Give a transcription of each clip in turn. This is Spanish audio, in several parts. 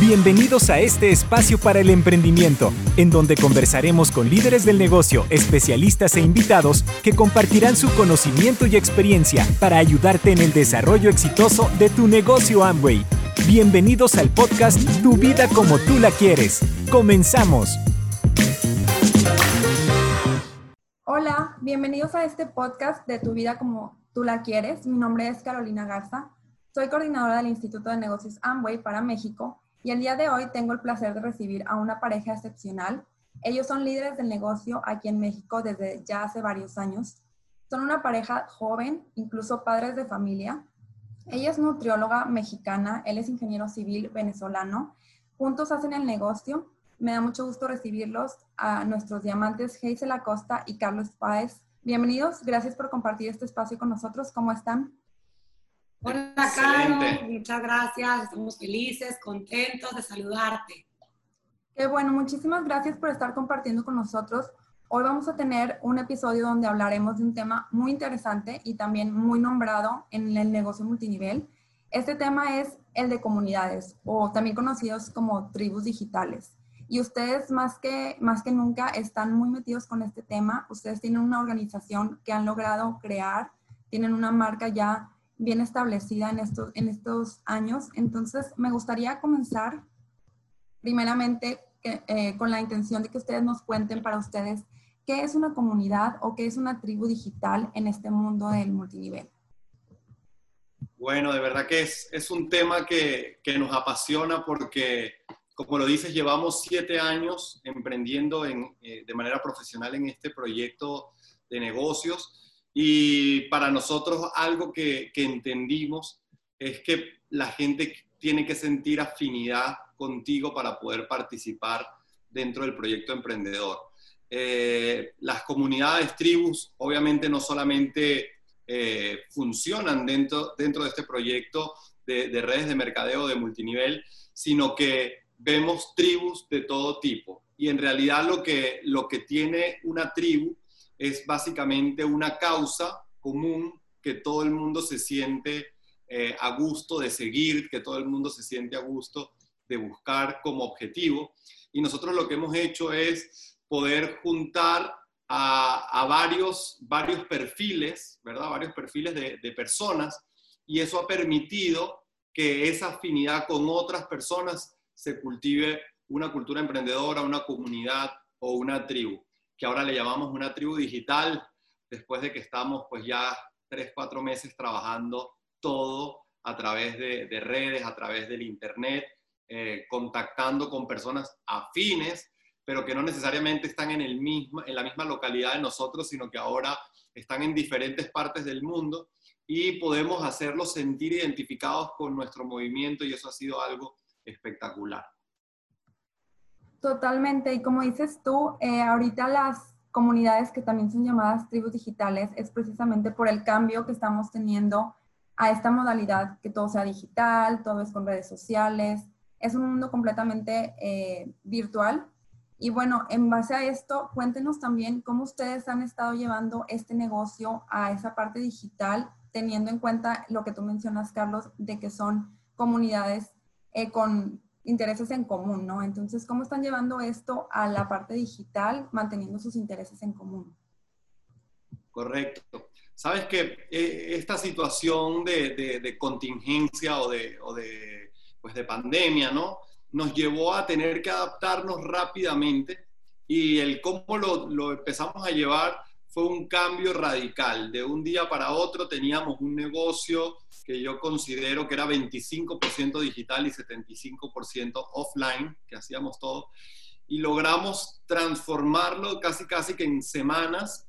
Bienvenidos a este espacio para el emprendimiento, en donde conversaremos con líderes del negocio, especialistas e invitados que compartirán su conocimiento y experiencia para ayudarte en el desarrollo exitoso de tu negocio Amway. Bienvenidos al podcast Tu Vida Como Tú La Quieres. ¡Comenzamos! Hola, bienvenidos a este podcast de Tu Vida Como Tú La Quieres. Mi nombre es Carolina Garza. Soy coordinadora del Instituto de Negocios Amway para México y el día de hoy tengo el placer de recibir a una pareja excepcional. Ellos son líderes del negocio aquí en México desde ya hace varios años. Son una pareja joven, incluso padres de familia. Ella es nutrióloga mexicana, él es ingeniero civil venezolano. Juntos hacen el negocio. Me da mucho gusto recibirlos a nuestros diamantes Hazel Acosta y Carlos Páez. Bienvenidos, gracias por compartir este espacio con nosotros. ¿Cómo están? Hola, Carlos, muchas gracias. Estamos felices, contentos de saludarte. Qué bueno, muchísimas gracias por estar compartiendo con nosotros. Hoy vamos a tener un episodio donde hablaremos de un tema muy interesante y también muy nombrado en el negocio multinivel. Este tema es el de comunidades, o también conocidos como tribus digitales. Y ustedes más que nunca están muy metidos con este tema. Ustedes tienen una organización que han logrado crear, tienen una marca ya bien establecida en estos años. Entonces, me gustaría comenzar primeramente con la intención de que ustedes nos cuenten para ustedes qué es una comunidad o qué es una tribu digital en este mundo del multinivel. Bueno, de verdad que es un tema que nos apasiona porque, como lo dices, llevamos 7 años emprendiendo de manera profesional en este proyecto de negocios. Y para nosotros algo que entendimos es que la gente tiene que sentir afinidad contigo para poder participar dentro del proyecto emprendedor. Las comunidades, tribus, obviamente no solamente funcionan dentro de este proyecto de redes de mercadeo de multinivel, sino que vemos tribus de todo tipo. Y en realidad lo que tiene una tribu es básicamente una causa común que todo el mundo se siente a gusto de seguir, que todo el mundo se siente a gusto de buscar como objetivo. Y nosotros lo que hemos hecho es poder juntar a varios perfiles, ¿verdad? Varios perfiles de personas, y eso ha permitido que esa afinidad con otras personas se cultive una cultura emprendedora, una comunidad o una tribu, que ahora le llamamos una tribu digital, después de que estamos pues ya 3-4 meses trabajando todo a través de redes, a través del internet, contactando con personas afines, pero que no necesariamente están en la misma localidad de nosotros, sino que ahora están en diferentes partes del mundo y podemos hacerlos sentir identificados con nuestro movimiento, y eso ha sido algo espectacular. Totalmente, y como dices tú, ahorita las comunidades que también son llamadas tribus digitales es precisamente por el cambio que estamos teniendo a esta modalidad, que todo sea digital, todo es con redes sociales, es un mundo completamente virtual. Y bueno, en base a esto, cuéntenos también cómo ustedes han estado llevando este negocio a esa parte digital, teniendo en cuenta lo que tú mencionas, Carlos, de que son comunidades con intereses en común, ¿no? Entonces, ¿cómo están llevando esto a la parte digital, manteniendo sus intereses en común? Correcto. Sabes que esta situación de contingencia o de pandemia, ¿no?, nos llevó a tener que adaptarnos rápidamente, y el cómo lo empezamos a llevar fue un cambio radical. De un día para otro teníamos un negocio que yo considero que era 25% digital y 75% offline, que hacíamos todo, y logramos transformarlo casi que en semanas,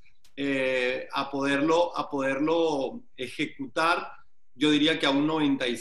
a poderlo ejecutar, yo diría que a un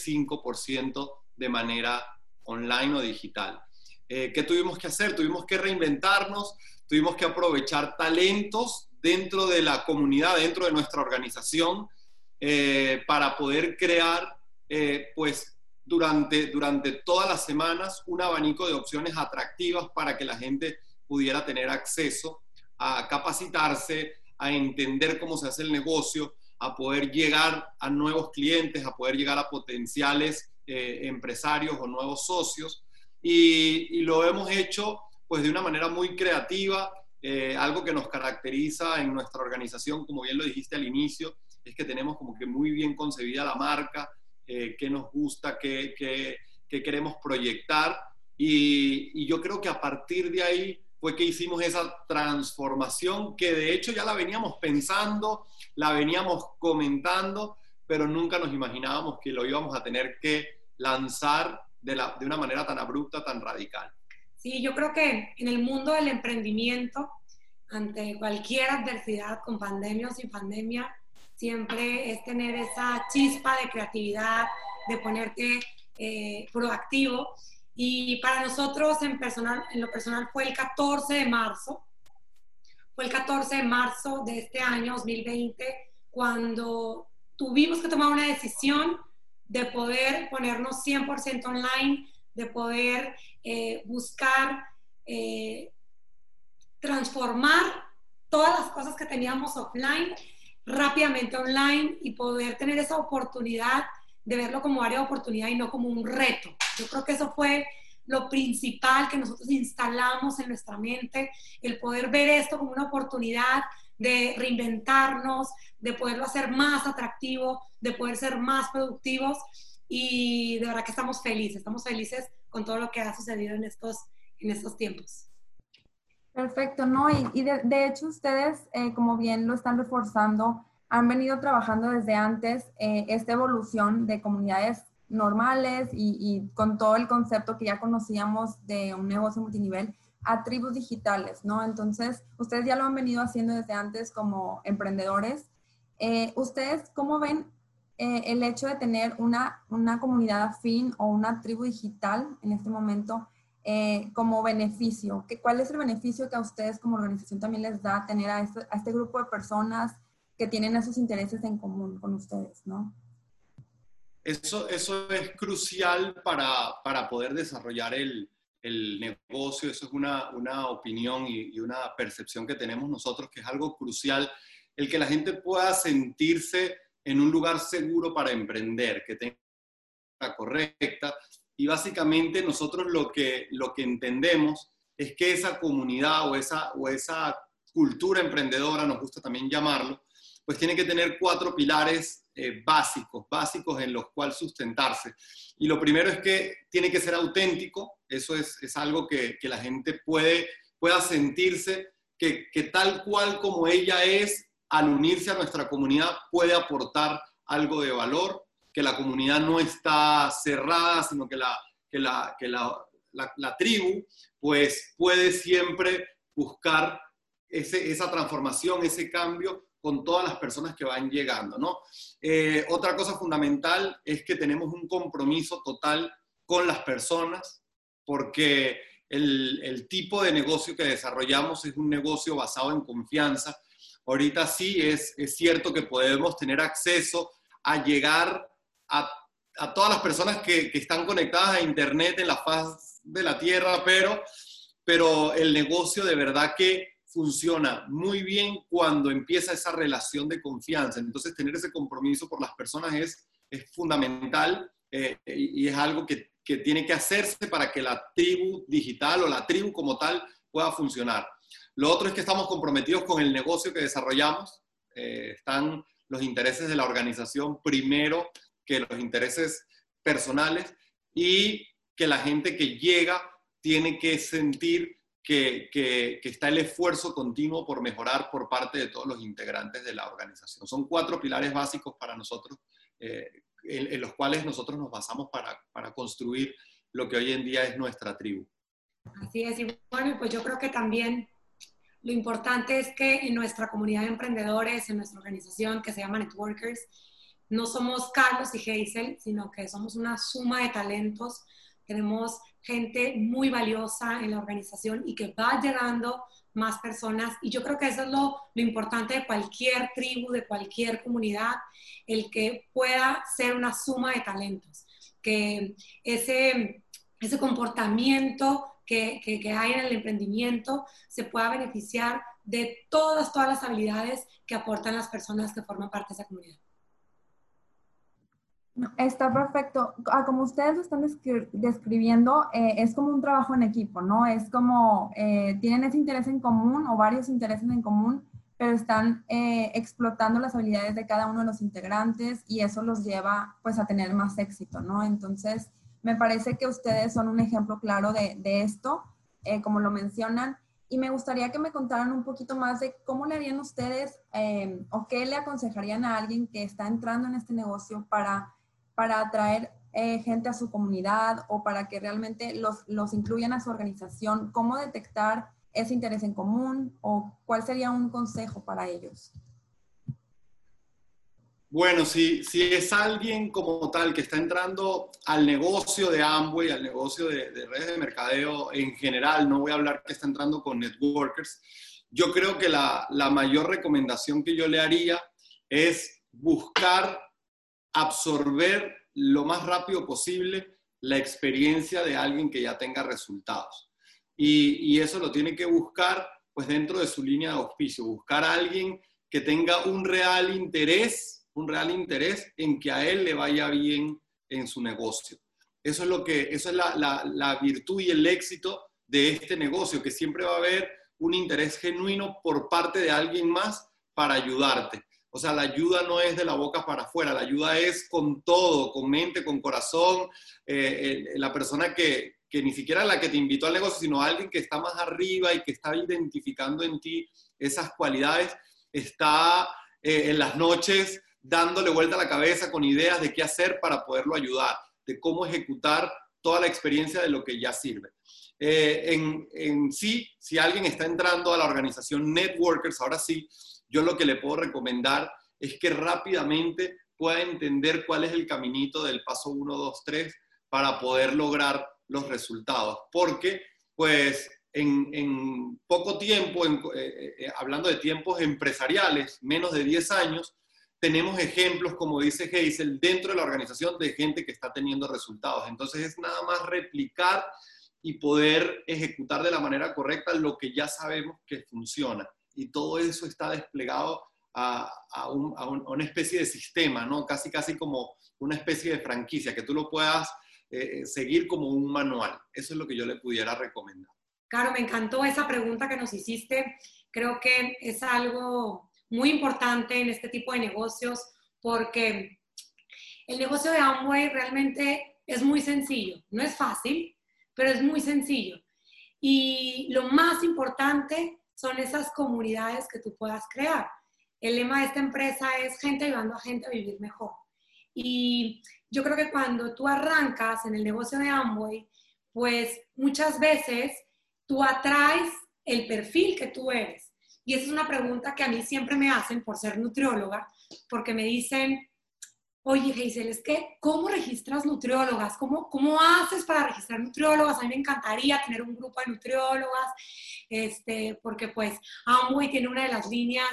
95% de manera online o digital. ¿Qué tuvimos que hacer? Tuvimos que reinventarnos, tuvimos que aprovechar talentos dentro de la comunidad, dentro de nuestra organización, para poder crear, pues, durante todas las semanas un abanico de opciones atractivas para que la gente pudiera tener acceso a capacitarse, a entender cómo se hace el negocio, a poder llegar a nuevos clientes, a poder llegar a potenciales empresarios o nuevos socios. y lo hemos hecho pues de una manera muy creativa. Algo que nos caracteriza en nuestra organización, como bien lo dijiste al inicio, es que tenemos como que muy bien concebida la marca, qué nos gusta, qué queremos proyectar, y yo creo que a partir de ahí fue que hicimos esa transformación que de hecho ya la veníamos pensando, la veníamos comentando, pero nunca nos imaginábamos que lo íbamos a tener que lanzar de una manera tan abrupta, tan radical. Sí, yo creo que en el mundo del emprendimiento, ante cualquier adversidad, con pandemia o sin pandemia, siempre es tener esa chispa de creatividad, de ponerte proactivo. Y para nosotros en lo personal fue el 14 de marzo. Fue el 14 de marzo de este año 2020 cuando tuvimos que tomar una decisión de poder ponernos 100% online, de poder buscar transformar todas las cosas que teníamos offline rápidamente online y poder tener esa oportunidad de verlo como área de oportunidad y no como un reto. Yo creo que eso fue lo principal que nosotros instalamos en nuestra mente, el poder ver esto como una oportunidad de reinventarnos, de poderlo hacer más atractivo, de poder ser más productivos, y de verdad que estamos felices con todo lo que ha sucedido en estos tiempos. Perfecto, ¿no? Y de hecho ustedes, como bien lo están reforzando, han venido trabajando desde antes esta evolución de comunidades normales y con todo el concepto que ya conocíamos de un negocio multinivel a tribus digitales, ¿no? Entonces, ustedes ya lo han venido haciendo desde antes como emprendedores. ¿Ustedes cómo ven el hecho de tener una comunidad afín o una tribu digital en este momento como beneficio? ¿Cuál es el beneficio que a ustedes como organización también les da tener a este grupo de personas que tienen esos intereses en común con ustedes, ¿no? Eso es crucial para poder desarrollar el negocio. Eso es una opinión y una percepción que tenemos nosotros, que es algo crucial, el que la gente pueda sentirse en un lugar seguro para emprender, que tenga la correcta. Y básicamente nosotros lo que entendemos es que esa comunidad o esa cultura emprendedora, nos gusta también llamarlo, pues tiene que tener 4 pilares básicos en los cuales sustentarse. Y lo primero es que tiene que ser auténtico. Eso es algo que la gente pueda sentirse que tal cual como ella es, al unirse a nuestra comunidad puede aportar algo de valor, que la comunidad no está cerrada, sino que la tribu pues puede siempre buscar esa transformación, ese cambio con todas las personas que van llegando, ¿no? Otra cosa fundamental es que tenemos un compromiso total con las personas, porque el tipo de negocio que desarrollamos es un negocio basado en confianza. Ahorita sí es cierto que podemos tener acceso a llegar a todas las personas que están conectadas a Internet en la faz de la Tierra, pero el negocio de verdad que funciona muy bien cuando empieza esa relación de confianza. Entonces, tener ese compromiso por las personas es fundamental y es algo que tiene que hacerse para que la tribu digital o la tribu como tal pueda funcionar. Lo otro es que estamos comprometidos con el negocio que desarrollamos. Están los intereses de la organización primero que los intereses personales, y que la gente que llega tiene que sentir que está el esfuerzo continuo por mejorar por parte de todos los integrantes de la organización. Son 4 pilares básicos para nosotros, en los cuales nosotros nos basamos para construir lo que hoy en día es nuestra tribu. Así es, y bueno, pues yo creo que también lo importante es que en nuestra comunidad de emprendedores, en nuestra organización que se llama Networkers, no somos Carlos y Hazel, sino que somos una suma de talentos. Tenemos gente muy valiosa en la organización y que va llegando más personas. Y yo creo que eso es lo importante de cualquier tribu, de cualquier comunidad, el que pueda ser una suma de talentos. Que ese comportamiento que hay en el emprendimiento se pueda beneficiar de todas las habilidades que aportan las personas que forman parte de esa comunidad. No, está perfecto. Como ustedes lo están describiendo, es como un trabajo en equipo, ¿no? Es como tienen ese interés en común o varios intereses en común, pero están explotando las habilidades de cada uno de los integrantes y eso los lleva pues a tener más éxito, ¿no? Entonces, me parece que ustedes son un ejemplo claro de esto, como lo mencionan. Y me gustaría que me contaran un poquito más de cómo le harían ustedes o qué le aconsejarían a alguien que está entrando en este negocio para atraer gente a su comunidad o para que realmente los incluyan a su organización. ¿Cómo detectar ese interés en común o cuál sería un consejo para ellos? Bueno, si es alguien como tal que está entrando al negocio de Amway, al negocio de redes de mercadeo en general, no voy a hablar que está entrando con networkers, yo creo que la mayor recomendación que yo le haría es buscar absorber lo más rápido posible la experiencia de alguien que ya tenga resultados. Y eso lo tiene que buscar pues dentro de su línea de auspicio, buscar a alguien que tenga un real interés en que a él le vaya bien en su negocio. Eso es la virtud y el éxito de este negocio, que siempre va a haber un interés genuino por parte de alguien más para ayudarte. O sea, la ayuda no es de la boca para afuera, la ayuda es con todo, con mente, con corazón. La persona que ni siquiera la que te invitó al negocio, sino alguien que está más arriba y que está identificando en ti esas cualidades, está en las noches dándole vuelta a la cabeza con ideas de qué hacer para poderlo ayudar, de cómo ejecutar toda la experiencia de lo que ya sirve. En sí, si alguien está entrando a la organización Networkers, ahora sí, yo lo que le puedo recomendar es que rápidamente pueda entender cuál es el caminito del paso 1, 2, 3 para poder lograr los resultados. Porque, pues, en poco tiempo, hablando de tiempos empresariales, menos de 10 años, tenemos ejemplos, como dice Hazel, dentro de la organización de gente que está teniendo resultados. Entonces es nada más replicar y poder ejecutar de la manera correcta lo que ya sabemos que funciona. Y todo eso está desplegado a una especie de sistema, ¿no? Casi como una especie de franquicia, que tú lo puedas seguir como un manual. Eso es lo que yo le pudiera recomendar. Claro, me encantó esa pregunta que nos hiciste. Creo que es algo muy importante en este tipo de negocios porque el negocio de Amway realmente es muy sencillo. No es fácil, pero es muy sencillo. Y lo más importante son esas comunidades que tú puedas crear. El lema de esta empresa es gente ayudando a gente a vivir mejor. Y yo creo que cuando tú arrancas en el negocio de Amway, pues muchas veces tú atraes el perfil que tú eres. Y esa es una pregunta que a mí siempre me hacen por ser nutrióloga, porque me dicen, oye, Hazel, es que ¿cómo registras nutriólogas? ¿Cómo haces para registrar nutriólogas? A mí me encantaría tener un grupo de nutriólogas, porque pues Amway tiene una de las líneas,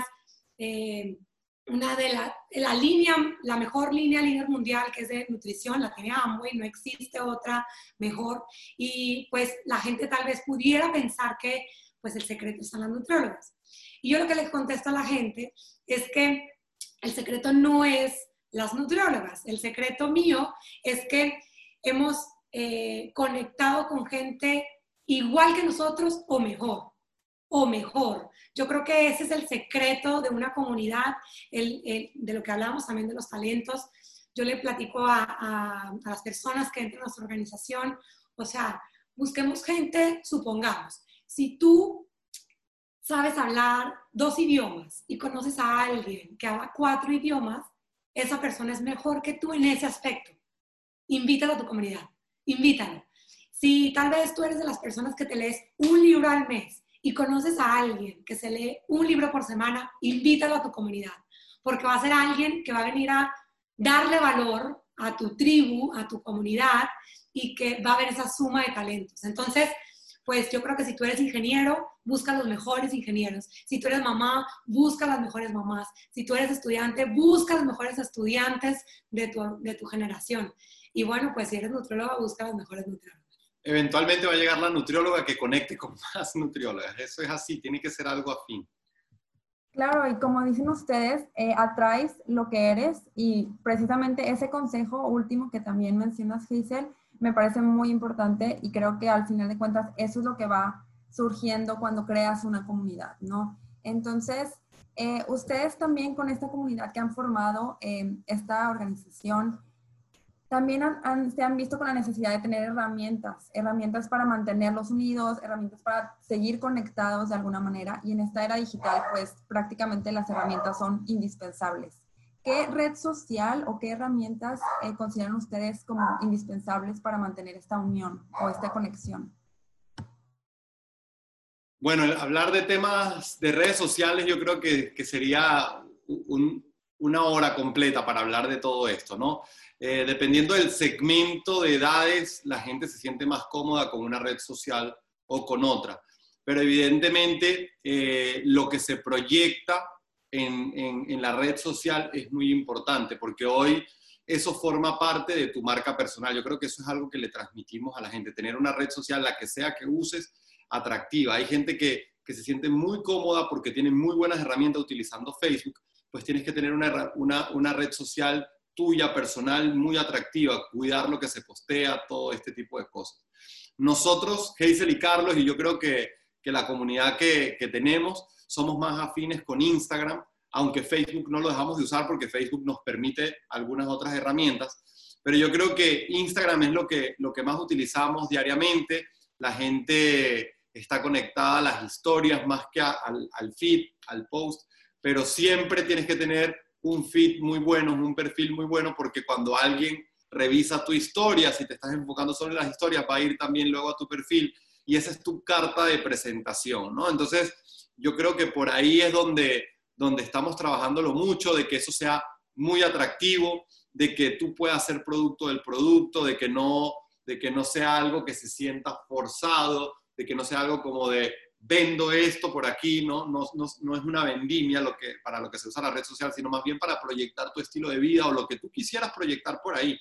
la mejor línea líder mundial que es de nutrición, la tiene Amway, no existe otra mejor. Y pues la gente tal vez pudiera pensar que pues el secreto está en las nutriólogas. Y yo lo que les contesto a la gente es que el secreto no es las nutriólogas. El secreto mío es que hemos conectado con gente igual que nosotros o mejor. Yo creo que ese es el secreto de una comunidad, de lo que hablábamos también de los talentos. Yo le platico a las personas que entran a nuestra organización, o sea, busquemos gente, supongamos, si tú sabes hablar 2 idiomas y conoces a alguien que habla 4 idiomas, esa persona es mejor que tú en ese aspecto. Invítalo a tu comunidad, invítalo. Si tal vez tú eres de las personas que te lees un libro al mes y conoces a alguien que se lee un libro por semana, invítalo a tu comunidad, porque va a ser alguien que va a venir a darle valor a tu tribu, a tu comunidad, y que va a haber esa suma de talentos. Entonces, pues yo creo que si tú eres ingeniero, busca los mejores ingenieros. Si tú eres mamá, busca las mejores mamás. Si tú eres estudiante, busca los mejores estudiantes de tu generación. Y bueno, pues si eres nutrióloga, busca las mejores nutriólogas. Eventualmente va a llegar la nutrióloga que conecte con más nutriólogas. Eso es así, tiene que ser algo afín. Claro, y como dicen ustedes, atraes lo que eres y precisamente ese consejo último que también mencionas, Hazel, me parece muy importante y creo que al final de cuentas eso es lo que va surgiendo cuando creas una comunidad, ¿no? Entonces, ustedes también con esta comunidad que han formado, esta organización, también se han visto con la necesidad de tener herramientas para mantenerlos unidos, herramientas para seguir conectados de alguna manera. Y en esta era digital, pues prácticamente las herramientas son indispensables. ¿Qué red social o qué herramientas consideran ustedes como indispensables para mantener esta unión o esta conexión? Bueno, hablar de temas de redes sociales yo creo que sería una hora completa para hablar de todo esto, ¿no? Dependiendo del segmento de edades, la gente se siente más cómoda con una red social o con otra. Pero evidentemente lo que se proyecta en la red social es muy importante, porque hoy eso forma parte de tu marca personal. Yo creo que eso es algo que le transmitimos a la gente, tener una red social, la que sea que uses, atractiva. Hay gente que se siente muy cómoda porque tiene muy buenas herramientas utilizando Facebook, pues tienes que tener una red social tuya, personal, muy atractiva, cuidar lo que se postea, todo este tipo de cosas. Nosotros, Hazel y Carlos, y yo creo que la comunidad que tenemos, somos más afines con Instagram, aunque Facebook no lo dejamos de usar porque Facebook nos permite algunas otras herramientas, pero yo creo que Instagram es lo que más utilizamos diariamente. La gente está conectada a las historias más que al feed, al post, pero siempre tienes que tener un feed muy bueno, un perfil muy bueno, porque cuando alguien revisa tu historia, si te estás enfocando solo en las historias, va a ir también luego a tu perfil y esa es tu carta de presentación, ¿no? Entonces, yo creo que por ahí es donde estamos trabajándolo mucho, de que eso sea muy atractivo, de que tú puedas ser producto del producto, de que no sea algo que se sienta forzado, de que no sea algo como de vendo esto por aquí, no es una vendimia para lo que se usa la red social, sino más bien para proyectar tu estilo de vida o lo que tú quisieras proyectar por ahí.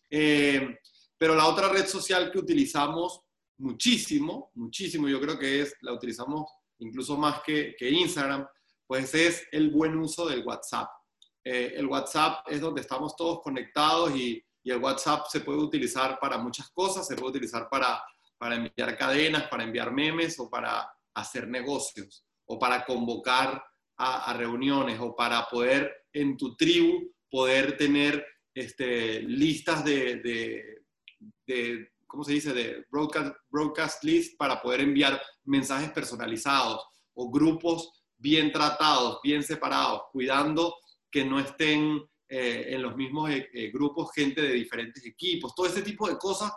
Pero la otra red social que utilizamos muchísimo, yo creo que la utilizamos incluso más que Instagram, pues es el buen uso del WhatsApp. El WhatsApp es donde estamos todos conectados y el WhatsApp se puede utilizar para muchas cosas, se puede utilizar para enviar cadenas, para enviar memes o para hacer negocios o para convocar a reuniones o para poder en tu tribu poder tener listas de ¿cómo se dice? De broadcast list para poder enviar mensajes personalizados o grupos bien tratados, bien separados, cuidando que no estén en los mismos grupos gente de diferentes equipos. Todo ese tipo de cosas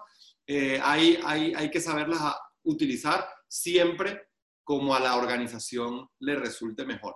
hay que saberlas utilizar siempre como a la organización le resulte mejor.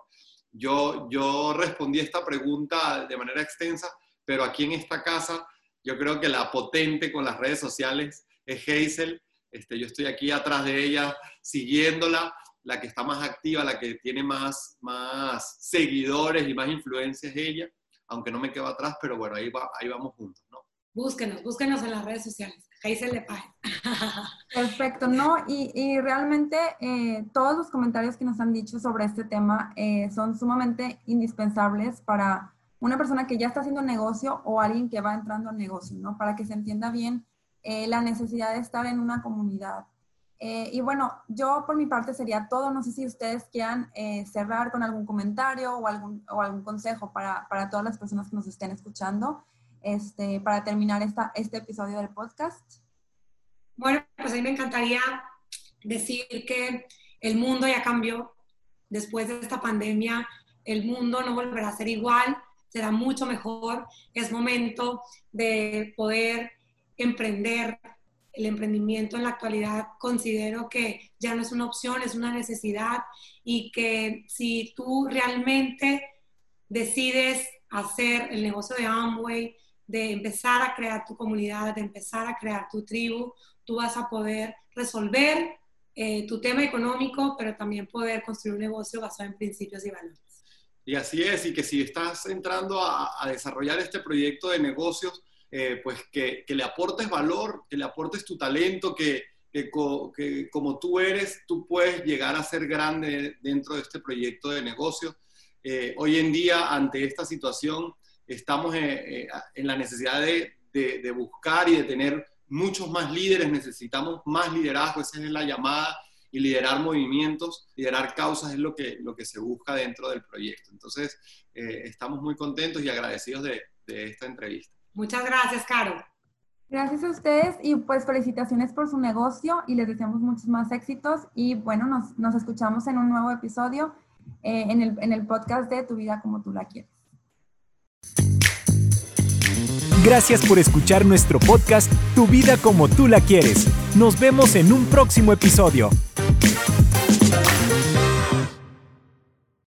Yo respondí esta pregunta de manera extensa, pero aquí en esta casa yo creo que la potente con las redes sociales es Hazel. Yo estoy aquí atrás de ella siguiéndola, la que está más activa, la que tiene más seguidores y más influencia es ella, aunque no me quedo atrás, pero bueno, ahí vamos juntos, ¿no? Búsquenos en las redes sociales. Hazel Lepage. Perfecto, ¿no? Y realmente todos los comentarios que nos han dicho sobre este tema son sumamente indispensables para una persona que ya está haciendo negocio o alguien que va entrando al negocio, ¿no? Para que se entienda bien la necesidad de estar en una comunidad. Y bueno, yo por mi parte sería todo. No sé si ustedes quieran cerrar con algún comentario o algún consejo para todas las personas que nos estén escuchando para terminar este episodio del podcast. Bueno, pues a mí me encantaría decir que el mundo ya cambió. Después de esta pandemia, el mundo no volverá a ser igual, será mucho mejor. Es momento de poder emprender. El emprendimiento en la actualidad considero que ya no es una opción, es una necesidad y que si tú realmente decides hacer el negocio de Amway, de empezar a crear tu comunidad, de empezar a crear tu tribu, tú vas a poder resolver tu tema económico, pero también poder construir un negocio basado en principios y valores. Y así es, y que si estás entrando a desarrollar este proyecto de negocios, pues que le aportes valor, que le aportes tu talento, que como tú eres, tú puedes llegar a ser grande dentro de este proyecto de negocio. hoy en día, ante esta situación, estamos en la necesidad de buscar y de tener muchos más líderes. Necesitamos más liderazgo, esa es la llamada, y liderar movimientos, liderar causas es lo que se busca dentro del proyecto. Entonces, estamos muy contentos y agradecidos de esta entrevista. Muchas gracias, Caro. Gracias a ustedes y pues felicitaciones por su negocio y les deseamos muchos más éxitos y bueno, nos escuchamos en un nuevo episodio en el podcast de Tu Vida Como Tú La Quieres. Gracias por escuchar nuestro podcast Tu Vida Como Tú La Quieres. Nos vemos en un próximo episodio.